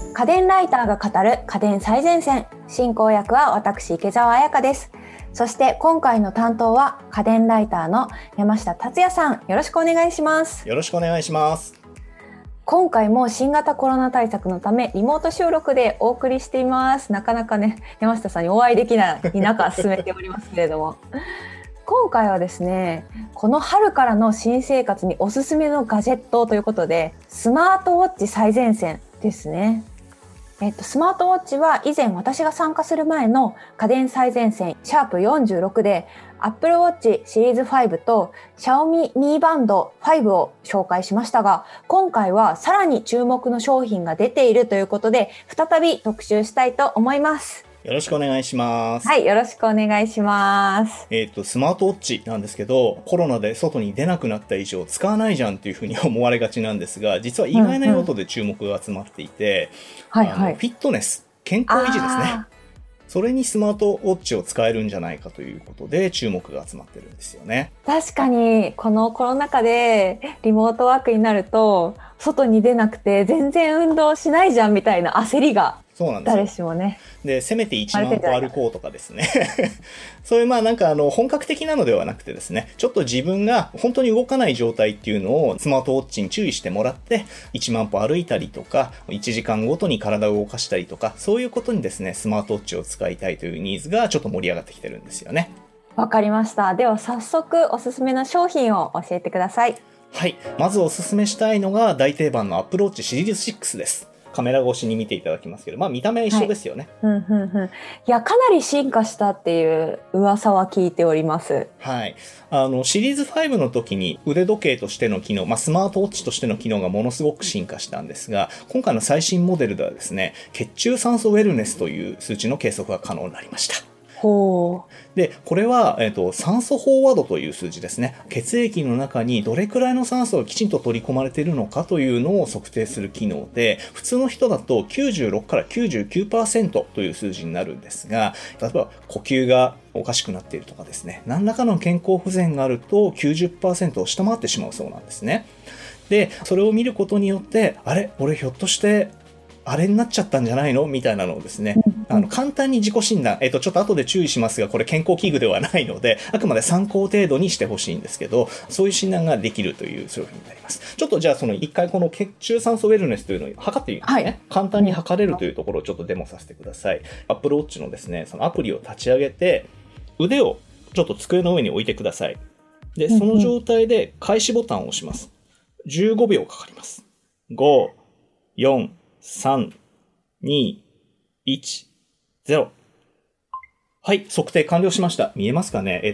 家電ライターが語る家電最前線、進行役は私池澤彩香です。そして今回の担当は家電ライターの山下達也さん、よろしくお願いします。 よろしくお願いします。 今回も新型コロナ対策のためリモート収録でお送りしています。なかなかね、山下さんにお会いできない中進めておりますけれども今回はですね、この春からの新生活におすすめのガジェットということで、スマートウォッチ最前線ですね。スマートウォッチは以前私が参加する前の家電最前線シャープ46で Apple Watch シリーズ5と Xiaomi Mi Band 5を紹介しましたが、今回はさらに注目の商品が出ているということで再び特集したいと思います。 よろしくお願いします。 はい、よろしくお願いします。 スマートウォッチなんですけど、コロナで外に出なくなった以上使わないじゃんっていうふうに思われがちなんですが、実は意外な用途で注目が集まっていて、フィットネス、健康維持ですね。それにスマートウォッチを使えるんじゃないかということで注目が集まってるんですよね。 確かにこのコロナ禍でリモートワークになると外に出なくて全然運動しないじゃんみたいな焦りが誰しもね。 で、せめて1万歩歩こうとかですね。そういう本格的なのではなくてですね、ちょっと自分が本当に動かない状態っていうのをスマートウォッチに注意してもらって、1万歩歩いたりとか、1時間ごとに体を動かしたりとか、そういうことにですね、スマートウォッチを使いたいというニーズがちょっと盛り上がってきてるんですよね。 わかりました。では早速おすすめの商品を教えてください。 はい。まずおすすめしたいのが大定番の Apple Watch シリーズ6です。カメラ越しに見ていただきますけど、見た目は一緒ですよね。 いや、かなり進化したっていう噂は聞いております。 はい。シリーズ5の時に腕時計としての機能、スマートウォッチとしての機能がものすごく進化したんですが、今回の最新モデルではですね、血中酸素ウェルネスという数値の計測が可能になりました。で、これは、酸素飽和度という数字ですね。血液の中にどれくらいの酸素がきちんと取り込まれているのかというのを測定する機能で、普通の人だと96から 99% という数字になるんですが、例えば呼吸がおかしくなっているとかですね、何らかの健康不全があると 90% を下回ってしまうそうなんですね。で、それを見ることによって、俺ひょっとしてあれになっちゃったんじゃないのみたいなのをですね、簡単に自己診断、ちょっと後で注意しますが、これ健康器具ではないので、あくまで参考程度にしてほしいんですけど、そういう診断ができるという商品になります。ちょっとじゃあ一回この血中酸素ウェルネスというのを測ってみますね。はい、簡単に測れるというところをちょっとデモさせてください。Apple Watch のですね、そのアプリを立ち上げて、腕をちょっと机の上に置いてください。で、その状態で開始ボタンを押します。15秒かかります。5、4、3、2、1、0。はい、測定完了しました。見えますかね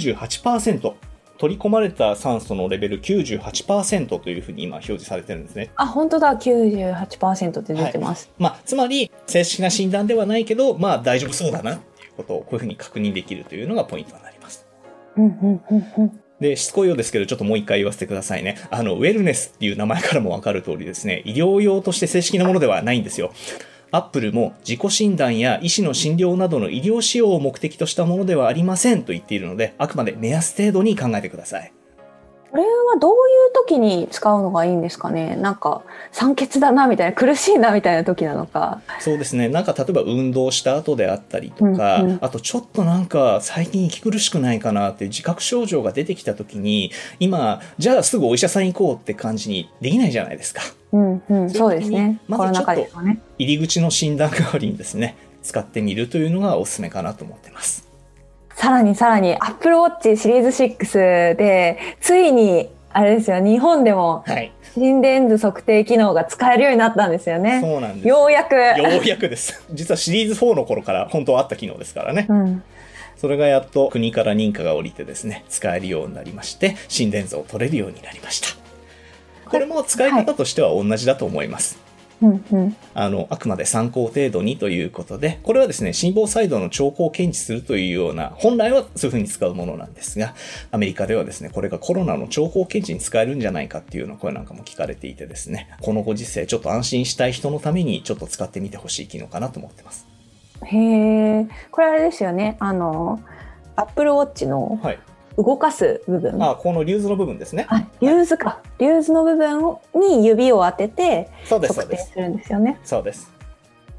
？98%。取り込まれた酸素のレベル 98% というふうに今表示されてるんですね。 本当だ、98% って出てます。 はい、つまり、正式な診断ではないけど、大丈夫そうだなっていうことをこういうふうに確認できるというのがポイントになります。で、しつこいようですけど、ちょっともう一回言わせてくださいね。ウェルネスっていう名前からもわかる通りですね、医療用として正式なものではないんですよ。アップルも自己診断や医師の診療などの医療使用を目的としたものではありませんと言っているので、あくまで目安程度に考えてください。 これはどういう時に使うのがいいんですかね？酸欠だなみたいな、苦しいなみたいな時なのか。 そうですね。例えば運動した後であったりとか、あとちょっと最近息苦しくないかなっていう自覚症状が出てきた時に、今、じゃあすぐお医者さん行こうって感じにできないじゃないですか。 そうですね。 まずちょっと入り口の診断代わりにですね、使ってみるというのがおすすめかなと思ってます。 さらに Apple Watch シリーズ6でついにあれですよ、日本でも心電図測定機能が使えるようになったんですよね。 そうなんです。 ようやくです実はシリーズ4の頃から本当はあった機能ですからね、それがやっと国から認可が下りてですね、使えるようになりまして、心電図を取れるようになりました。これも使い方としては同じだと思います。あくまで参考程度にということで、これはですね、心房細動の兆候を検知するというような、本来はそういう風に使うものなんですが、アメリカではですね、これがコロナの兆候検知に使えるんじゃないかっていうような声なんかも聞かれていてですね、このご時世ちょっと安心したい人のためにちょっと使ってみてほしい機能かなと思ってます。 へー、これあれですよね、Apple Watch の動かす部分、 このリューズの部分ですね。 リューズの部分に指を当てて測定するんですよね。 そうです。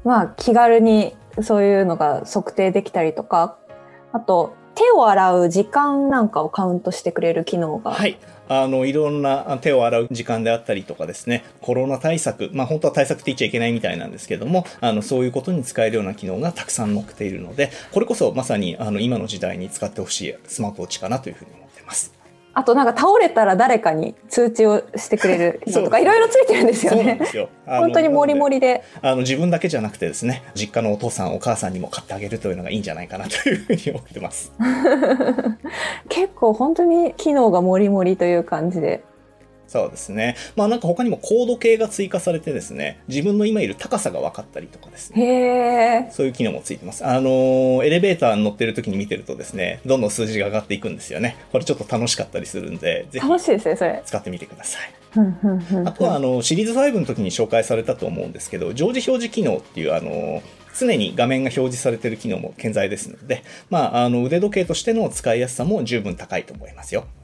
まあ気軽にそういうのが測定できたりとか、あと手を洗う時間なんかをカウントしてくれる機能が。 はい。いろんな手を洗う時間であったりとかですね、コロナ対策、まあ本当は対策って言っちゃいけないみたいなんですけども、そういうことに使えるような機能がたくさん載っているので、これこそまさに今の時代に使ってほしいスマートウォッチかなというふうに思っています。 あとなんか倒れたら誰かに通知をしてくれるのとかいろいろついてるんですよね。 そうなんですよ。 本当にモリモリで。 自分だけじゃなくてですね、実家のお父さんお母さんにも買ってあげるというのがいいんじゃないかなというふうに思ってます。 結構本当に機能がモリモリという感じで。 そうですね。まあなんか他にも高度計が追加されてですね、自分の今いる高さが分かったりとかですね。 へー。 そういう機能もついてます。エレベーターに乗ってる時に見てるとですね、どんどん数字が上がっていくんですよね。これちょっと楽しかったりするんで、ぜひ楽しいですね、それ。 使ってみてください。 あとはシリーズ5の時に紹介されたと思うんですけど、常時表示機能っていう常に画面が表示されている機能も健在ですので、まあ、腕時計としての使いやすさも十分高いと思いますよ。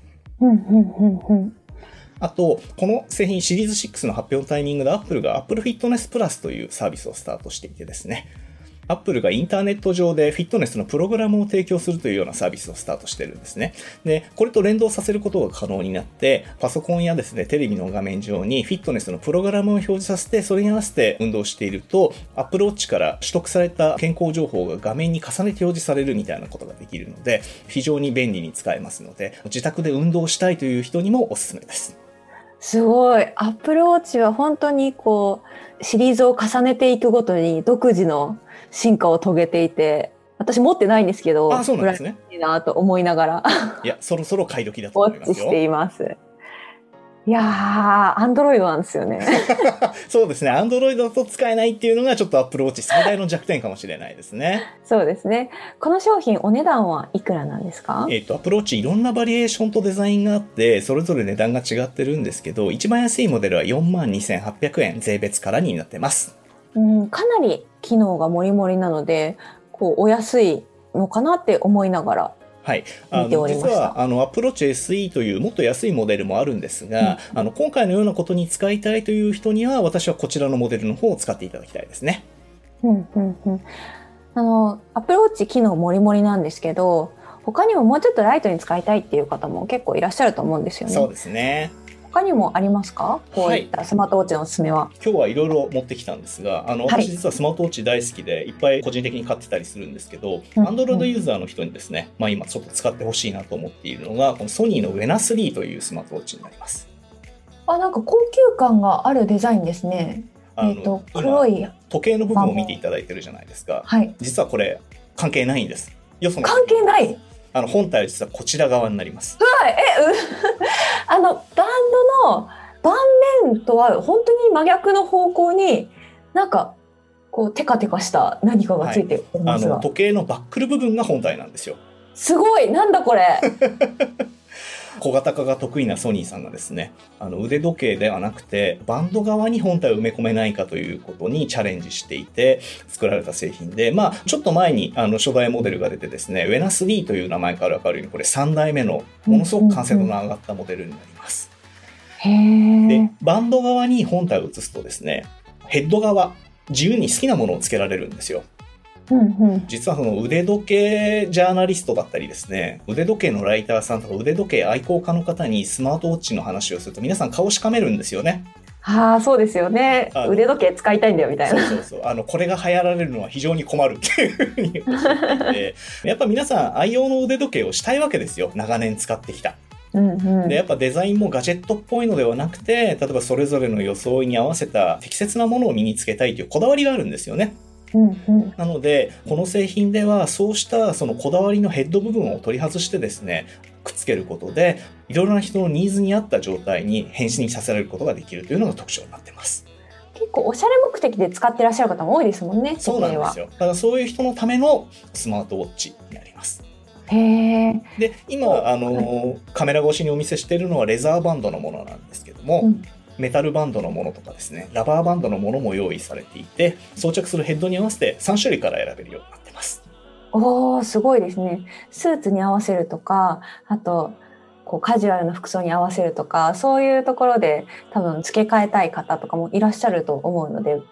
あと、この製品シリーズ6の発表のタイミングで Apple が Apple Fitness Plus というサービスをスタートしていてですね、Apple がインターネット上でフィットネスのプログラムを提供するというようなサービスをスタートしてるんですね。で、これと連動させることが可能になって、パソコンやですね、テレビの画面上にフィットネスのプログラムを表示させて、それに合わせて運動していると、Apple Watch から取得された健康情報が画面に重ねて表示されるみたいなことができるので、非常に便利に使えますので、自宅で運動したいという人にもおすすめです。 すごい。Apple Watch は本当にシリーズを重ねていくごとに独自の進化を遂げていて、私持ってないんですけど、 そうなんですね。 いいなと思いながら。 いや、そろそろ買い時だと思いますよ。 ウォッチしています。いやー、Android なんですよね。 そうですね。Android だと使えないっていうのがちょっと Apple Watch 最大の弱点かもしれないですね。 そうですね。この商品お値段はいくらなんですか ？Apple Watch いろんなバリエーションとデザインがあって、それぞれ値段が違ってるんですけど、一番安いモデルは 42,800 円税別からになってます。 かなり機能がモリモリなので、お安いのかなって思いながら。 はい。実は、Apple Watch SE というもっと安いモデルもあるんですが、今回のようなことに使いたいという人には、私はこちらのモデルの方を使っていただきたいですね。 Apple Watch 機能モリモリなんですけど、他にももうちょっとライトに使いたいっていう方も結構いらっしゃると思うんですよね。 そうですね。 他にもありますか？こういったスマートウォッチのおすすめは。 今日はいろいろ持ってきたんですが、私実はスマートウォッチ大好きで、いっぱい個人的に買ってたりするんですけど、Android ユーザーの人にですね、まあ今ちょっと使ってほしいなと思っているのが、このソニーの Wena3 というスマートウォッチになります。 なんか高級感があるデザインですね。黒い時計の部分を見ていただいてるじゃないですか。 はい。 実はこれ関係ないんです。 関係ない？ 本体は実はこちら側になります。 バンドの盤面とは本当に真逆の方向になんかテカテカした何かがついておりますが、 時計のバックル部分が本体なんですよ。 すごい。なんだこれ。 小型化が得意なソニーさんがですね、腕時計ではなくてバンド側に本体を埋め込めないかということにチャレンジしていて作られた製品で、まあちょっと前に初代モデルが出てですね、Wena3 という名前からわかるようにこれ3代目のものすごく完成度の上がったモデルになります。で、バンド側に本体を移すとですね、ヘッド側自由に好きなものをつけられるんですよ。実はその腕時計ジャーナリストだったりですね、腕時計のライターさんとか腕時計愛好家の方にスマートウォッチの話をすると皆さん顔しかめるんですよね。 そうですよね。腕時計使いたいんだよみたいな。 そうこれが流行られるのは非常に困るっていうふうにおっしゃっていて、やっぱ皆さん愛用の腕時計をしたいわけですよ。長年使ってきた。でやっぱデザインもガジェットっぽいのではなくて、例えばそれぞれの装いに合わせた適切なものを身につけたいというこだわりがあるんですよね。なのでこの製品ではそうしたそのこだわりのヘッド部分を取り外してですね、くっつけることでいろいろな人のニーズに合った状態に変身させられることができるというのが特徴になっています。 結構おしゃれ目的で使ってらっしゃる方も多いですもんね。 そうなんですよ。だからそういう人のためのスマートウォッチになります。で今カメラ越しにお見せしているのはレザーバンドのものなんですけども、メタルバンドのものとかですね、ラバーバンドのものも用意されていて、装着するヘッドに合わせて3種類から選べるようになってます。 すごいですね。スーツに合わせるとか、あとカジュアルな服装に合わせるとか、そういうところで多分付け替えたい方とかもいらっしゃると思うので、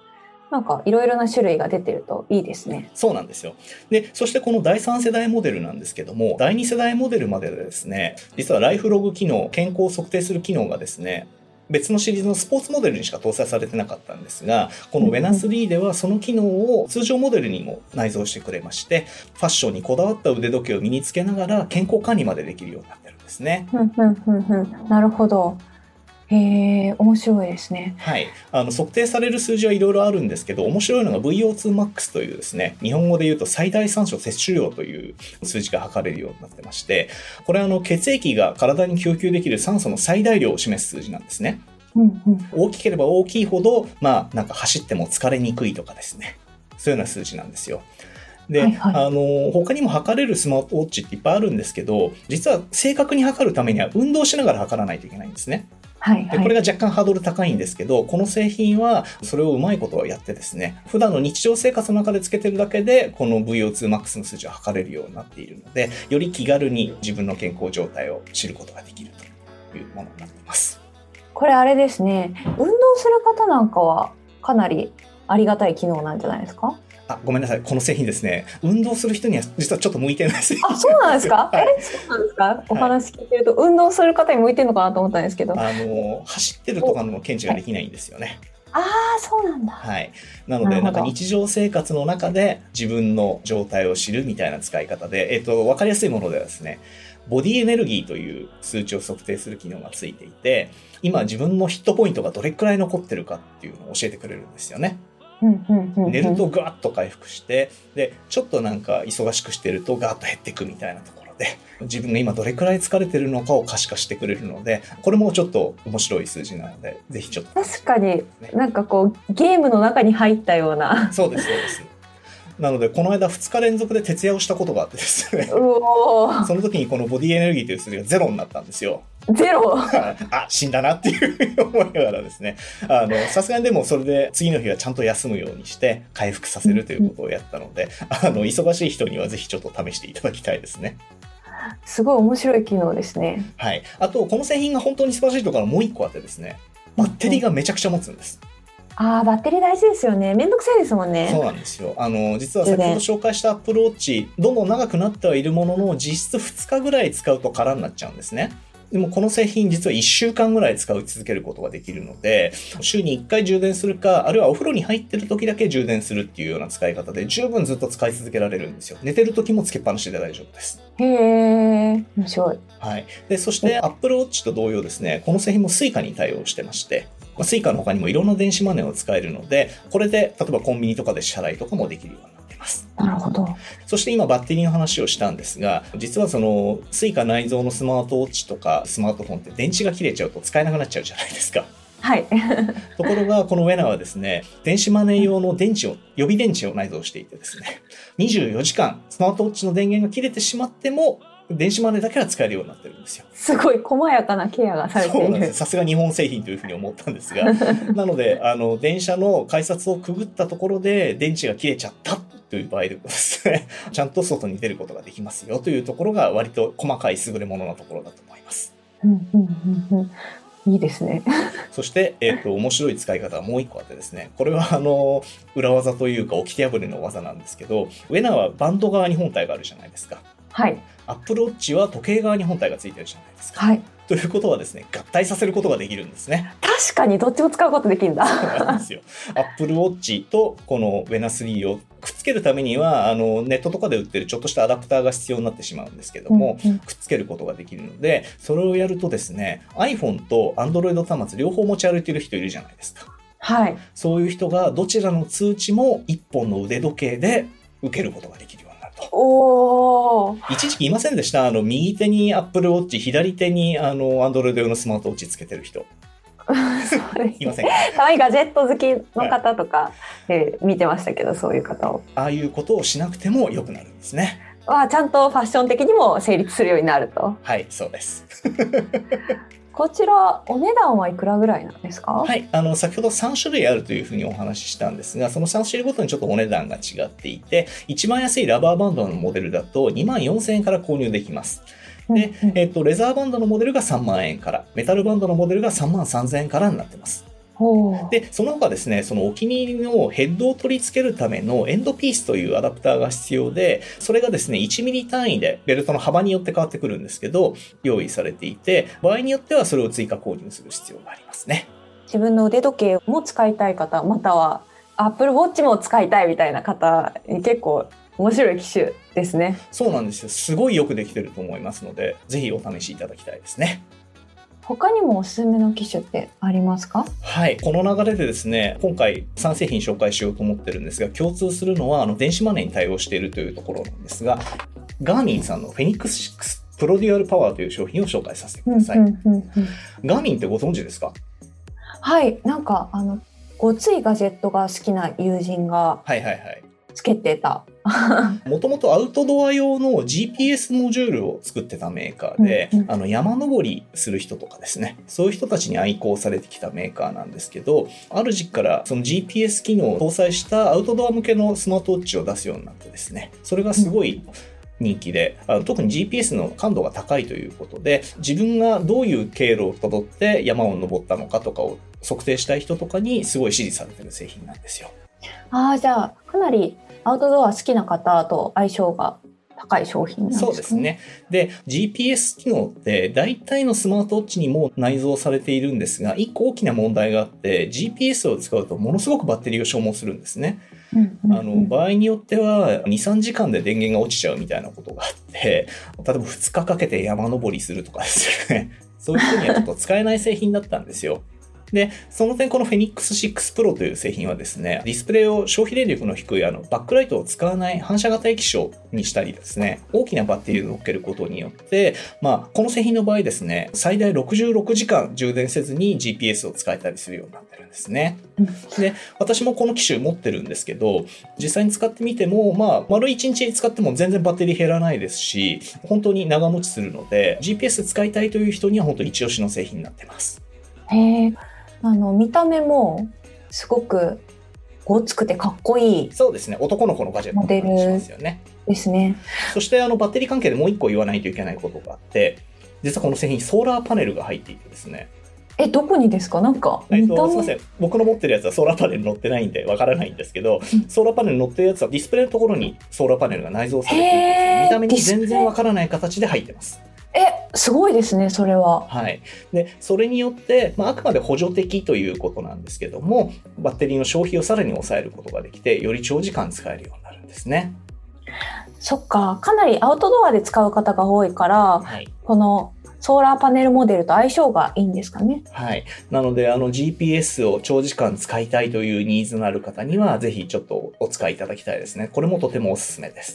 なんかいろいろな種類が出てるといいですね。 そうなんですよ。で、そしてこの第3世代モデルなんですけども、第2世代モデルまででですね、実はライフログ機能、健康を測定する機能がですね、別のシリーズのスポーツモデルにしか搭載されてなかったんですが、この Wena3 ではその機能を通常モデルにも内蔵してくれまして、ファッションにこだわった腕時計を身につけながら健康管理までできるようになってるんですね。 なるほど。へー、面白いですね。 はい。測定される数字はいろいろあるんですけど、面白いのが VO2max というですね、日本語で言うと最大酸素摂取量という数字が測れるようになってまして、これは血液が体に供給できる酸素の最大量を示す数字なんですね。大きければ大きいほど、なんか走っても疲れにくいとかですね。そういうような数字なんですよ。で、他にも測れるスマートウォッチっていっぱいあるんですけど、実は正確に測るためには運動しながら測らないといけないんですね。でこれが若干ハードル高いんですけど、この製品はそれをうまいことをやってですね、普段の日常生活の中でつけてるだけでこの VO2max の数値を測れるようになっているので、より気軽に自分の健康状態を知ることができるというものになっています。 これあれですね、運動する方なんかはかなりありがたい機能なんじゃないですか？ ごめんなさい。この製品ですね、運動する人には実はちょっと向いてない製品。 そうなんですか？そうなんですか？お話聞いてると、運動する方に向いてるのかなと思ったんですけど。 走ってるとかの検知ができないんですよね。 そうなんだ。 はい。なので、なんか日常生活の中で自分の状態を知るみたいな使い方で、わかりやすいものではですね、ボディエネルギーという数値を測定する機能がついていて、今自分のヒットポイントがどれくらい残ってるかっていうのを教えてくれるんですよね。寝るとガーッと回復して、でちょっとなんか忙しくしてるとガーッと減っていくみたいなところで、自分が今どれくらい疲れてるのかを可視化してくれるので、これもちょっと面白い数字なので、ぜひちょっと、 確かになんかこうゲームの中に入ったような。 そうですそうです。なのでこの間2日連続で徹夜をしたことがあってですね、その時にこのボディエネルギーという数字がゼロになったんですよ。 ゼロ死んだなっていうふうに思いながらですね、さすがにでもそれで次の日はちゃんと休むようにして回復させるということをやったので、忙しい人にはぜひちょっと試していただきたいですね。 すごい面白い機能ですね。 はい。あとこの製品が本当に素晴らしいところがもう一個あってですね、バッテリーがめちゃくちゃ持つんです。 バッテリー大事ですよね。めんどくさいですもんね。 そうなんですよ。実は先ほど紹介した Apple Watch、どんどん長くなってはいるものの、実質2日ぐらい使うと空になっちゃうんですね。でもこの製品実は1週間ぐらい使い続けることができるので、週に1回充電するか、あるいはお風呂に入ってる時だけ充電するっていうような使い方で十分ずっと使い続けられるんですよ。寝てる時もつけっぱなしで大丈夫です。 へー、面白い。 はい。で、そして Apple Watch と同様ですね、この製品も Suica に対応してまして、Suica の他にもいろんな電子マネーを使えるので、これで例えばコンビニとかで支払いとかもできるようになっています。 なるほど。 そして今バッテリーの話をしたんですが、実はそのSuica内蔵のスマートウォッチとかスマートフォンって電池が切れちゃうと使えなくなっちゃうじゃないですか。 はい。 ところがこの Wena はですね、電子マネー用の電池を、予備電池を内蔵していてですね、24時間スマートウォッチの電源が切れてしまっても電子マネーだけは使えるようになってるんですよ。 すごい細やかなケアがされている。 そうなんです。さすが日本製品というふうに思ったんですが、なので電車の改札をくぐったところで電池が切れちゃったという場合でですね、ちゃんと外に出ることができますよというところが割と細かい優れものなところだと思います。 いいですね。 そして、面白い使い方がもう一個あってですね、これは裏技というか掟破りの技なんですけど、Wenaはバンド側に本体があるじゃないですか。 はい。 Apple Watch は時計側に本体がついてるじゃないですか。 はい。 ということはですね、合体させることができるんですね。 確かにどっちも使うことできるんだ。 そうなんですよ。Apple Watch とこの Wena3 をくっつけるためにはネットとかで売ってるちょっとしたアダプターが必要になってしまうんですけども、くっつけることができるので、それをやるとですね、iPhone と Android 端末両方持ち歩いてる人いるじゃないですか。はい。そういう人がどちらの通知も一本の腕時計で受けることができるようになると。一時期いませんでした？右手に Apple Watch、左手にAndroid 用のスマートウォッチつけてる人。 そうです。 いませんか？ 可愛いガジェット好きの方とかで見てましたけど、そういう方を。 ああいうことをしなくても良くなるんですね。 ちゃんとファッション的にも成立するようになると。 はい、そうです。 こちらお値段はいくらぐらいなんですか？ はい、先ほど3種類あるというふうにお話ししたんですが、その3種類ごとにちょっとお値段が違っていて、一番安いラバーバンドのモデルだと24,000円から購入できます。で、レザーバンドのモデルが3万円から、メタルバンドのモデルが33,000円からになってます。 で、その他ですね、そのお気に入りのヘッドを取り付けるためのエンドピースというアダプターが必要で、それがですね、1ミリ単位でベルトの幅によって変わってくるんですけど、用意されていて、場合によってはそれを追加購入する必要がありますね。 自分の腕時計も使いたい方、またはApple Watch も使いたいみたいな方に結構面白い機種ですね。 そうなんですよ。すごいよくできてると思いますので、ぜひお試しいただきたいですね。 他にもおすすめの機種ってありますか？ はい。この流れでですね、今回3製品紹介しようと思ってるんですが、共通するのは電子マネーに対応しているというところなんですが、ガーミンさんのフェニックス6プロデュアルパワーという商品を紹介させてください。ガーミンってご存知ですか？ はい。なんかごついガジェットが好きな友人がつけてた。 もともとアウトドア用の GPS モジュールを作ってたメーカーで、山登りする人とかですね、そういう人たちに愛好されてきたメーカーなんですけど、ある時期からその GPS 機能を搭載したアウトドア向けのスマートウォッチを出すようになってですね、それがすごい人気で、特に GPS の感度が高いということで、自分がどういう経路をたどって山を登ったのかとかを測定したい人とかにすごい支持されてる製品なんですよ。 じゃあかなりアウトドア好きな方と相性が高い商品なんですかね。 そうですね。で、GPS 機能って大体のスマートウォッチにも内蔵されているんですが、一個大きな問題があって、GPS を使うとものすごくバッテリーを消耗するんですね。場合によっては2、3時間で電源が落ちちゃうみたいなことがあって、例えば2日かけて山登りするとかですね。そういう人にはちょっと使えない製品だったんですよ。で、その点このフェニックス6 Pro という製品はですね、ディスプレイを消費電力の低いバックライトを使わない反射型液晶にしたりですね、大きなバッテリーを乗っけることによって、この製品の場合ですね、最大66時間充電せずに GPS を使えたりするようになってるんですね。で、私もこの機種持ってるんですけど、実際に使ってみても、丸1日使っても全然バッテリー減らないですし、本当に長持ちするので、GPS 使いたいという人には本当に一押しの製品になってます。 へー。見た目もすごくごつくてかっこいい。 そうですね。男の子のガジェットの感じしますよね。 ですね。 そしてバッテリー関係でもう一個言わないといけないことがあって、実はこの製品ソーラーパネルが入っていてですね。 どこにですか？なんかすいません。僕の持ってるやつはソーラーパネル乗ってないんでわからないんですけど、ソーラーパネル乗ってるやつはディスプレイのところにソーラーパネルが内蔵されていて、見た目に全然わからない形で入ってます。 すごいですね、それは。 はい。で、それによって、あくまで補助的ということなんですけども、バッテリーの消費をさらに抑えることができて、より長時間使えるようになるんですね。 そっか、かなりアウトドアで使う方が多いから、このソーラーパネルモデルと相性がいいんですかね。 はい。なので、GPS を長時間使いたいというニーズのある方には、ぜひちょっとお使いいただきたいですね。これもとてもおすすめです。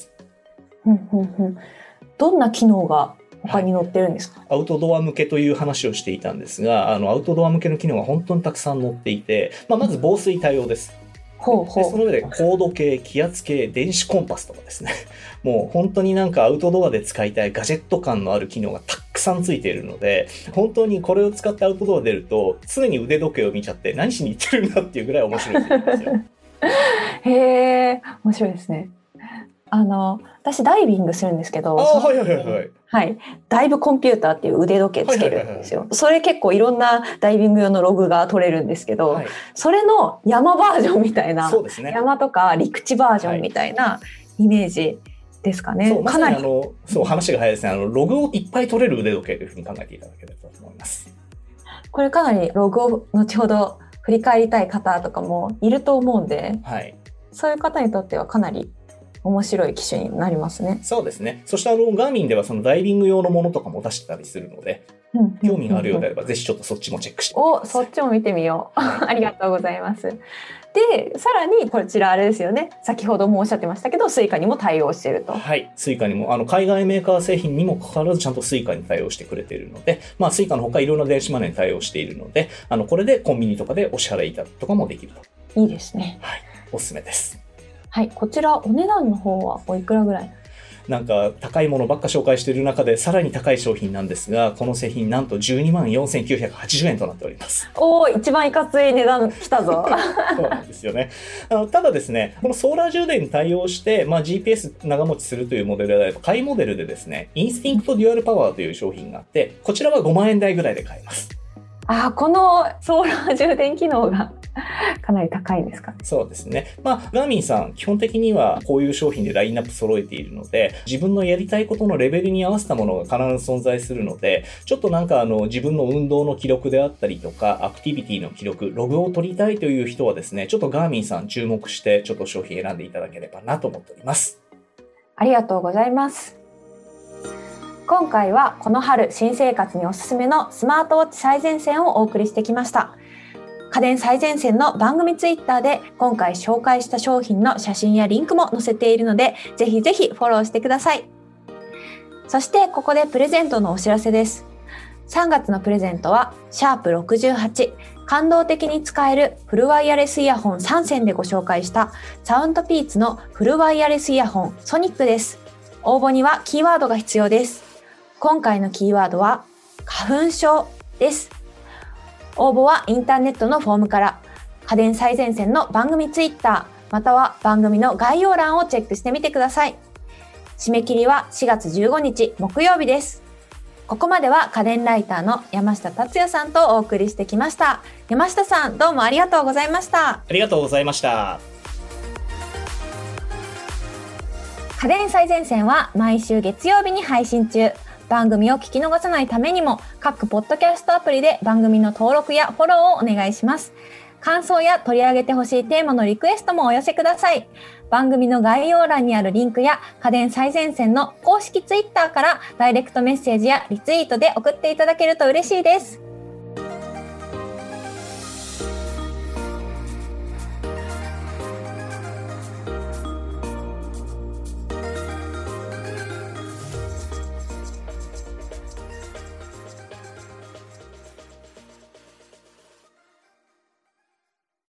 どんな機能が他に載ってるんですか？ アウトドア向けという話をしていたんですが、アウトドア向けの機能が本当にたくさん載っていて、まず防水対応です。でその上で高度計、気圧計、電子コンパスとかですね。もう本当になんかアウトドアで使いたいガジェット感のある機能がたくさんついているので、本当にこれを使ってアウトドア出ると、常に腕時計を見ちゃって何しに行ってるんだっていうぐらい面白いんですよ。 へー、面白いですね。私ダイビングするんですけど、ダイブコンピューターっていう腕時計つけるんですよ。それ結構いろんなダイビング用のログが取れるんですけど、それの山バージョンみたいな、山とか陸地バージョンみたいなイメージですかね。 かなり話が早いですね。ログをいっぱい取れる腕時計というふうに考えていただければと思います。 これかなりログを後ほど振り返りたい方とかもいると思うんで、そういう方にとってはかなり面白い機種になりますね。 そうですね。そしてガーミンではそのダイビング用のものとかも出してたりするので、興味があるようであればぜひちょっとそっちもチェックしてください。 そっちも見てみよう。ありがとうございます。で、さらにこちらあれですよね。先ほどもおっしゃってましたけど、スイカにも対応していると。 はい。スイカにも、海外メーカー製品にもかかわらずちゃんとスイカに対応してくれているので、スイカのほかいろんな電子マネーに対応しているので、これでコンビニとかでお支払いいただくとかもできると。 いいですね。 はい。おすすめです。 はい、こちらお値段の方はおいくらぐらい？ なんか高いものばっか紹介している中でさらに高い商品なんですが、この製品なんと124,980円となっております。 一番いかつい値段きたぞ。 そうなんですよね。ただですね、このソーラー充電に対応して、GPS 長持ちするというモデルであれば、買いモデルでですね、インスティンクトデュアルパワーという商品があって、こちらは5万円台ぐらいで買えます。 このソーラー充電機能がかなり高いんですか？ そうですね。ガーミンさん、基本的にはこういう商品でラインナップ揃えているので、自分のやりたいことのレベルに合わせたものが必ず存在するので、ちょっと自分の運動の記録であったりとか、アクティビティの記録、ログを取りたいという人はですね、ちょっとガーミンさん注目して、ちょっと商品選んでいただければなと思っております。 ありがとうございます。今回はこの春新生活におすすめのスマートウォッチ最前線をお送りしてきました。家電最前線の番組ツイッターで今回紹介した商品の写真やリンクも載せているので、ぜひぜひフォローしてください。そしてここでプレゼントのお知らせです。3月のプレゼントはシャープ68、感動的に使えるフルワイヤレスイヤホン3選でご紹介したサウンドピーツのフルワイヤレスイヤホンソニックです。応募にはキーワードが必要です。今回のキーワードは花粉症です。応募はインターネットのフォームから、家電最前線の番組ツイッター、または番組の概要欄をチェックしてみてください。締め切りは4月15日木曜日です。ここまでは家電ライターの山下達也さんとお送りしてきました。山下さん、どうもありがとうございました。 ありがとうございました。 家電最前線は毎週月曜日に配信中。番組を聞き逃さないためにも各ポッドキャストアプリで番組の登録やフォローをお願いします。感想や取り上げてほしいテーマのリクエストもお寄せください。番組の概要欄にあるリンクや家電最前線の公式ツイッターからダイレクトメッセージやリツイートで送っていただけると嬉しいです。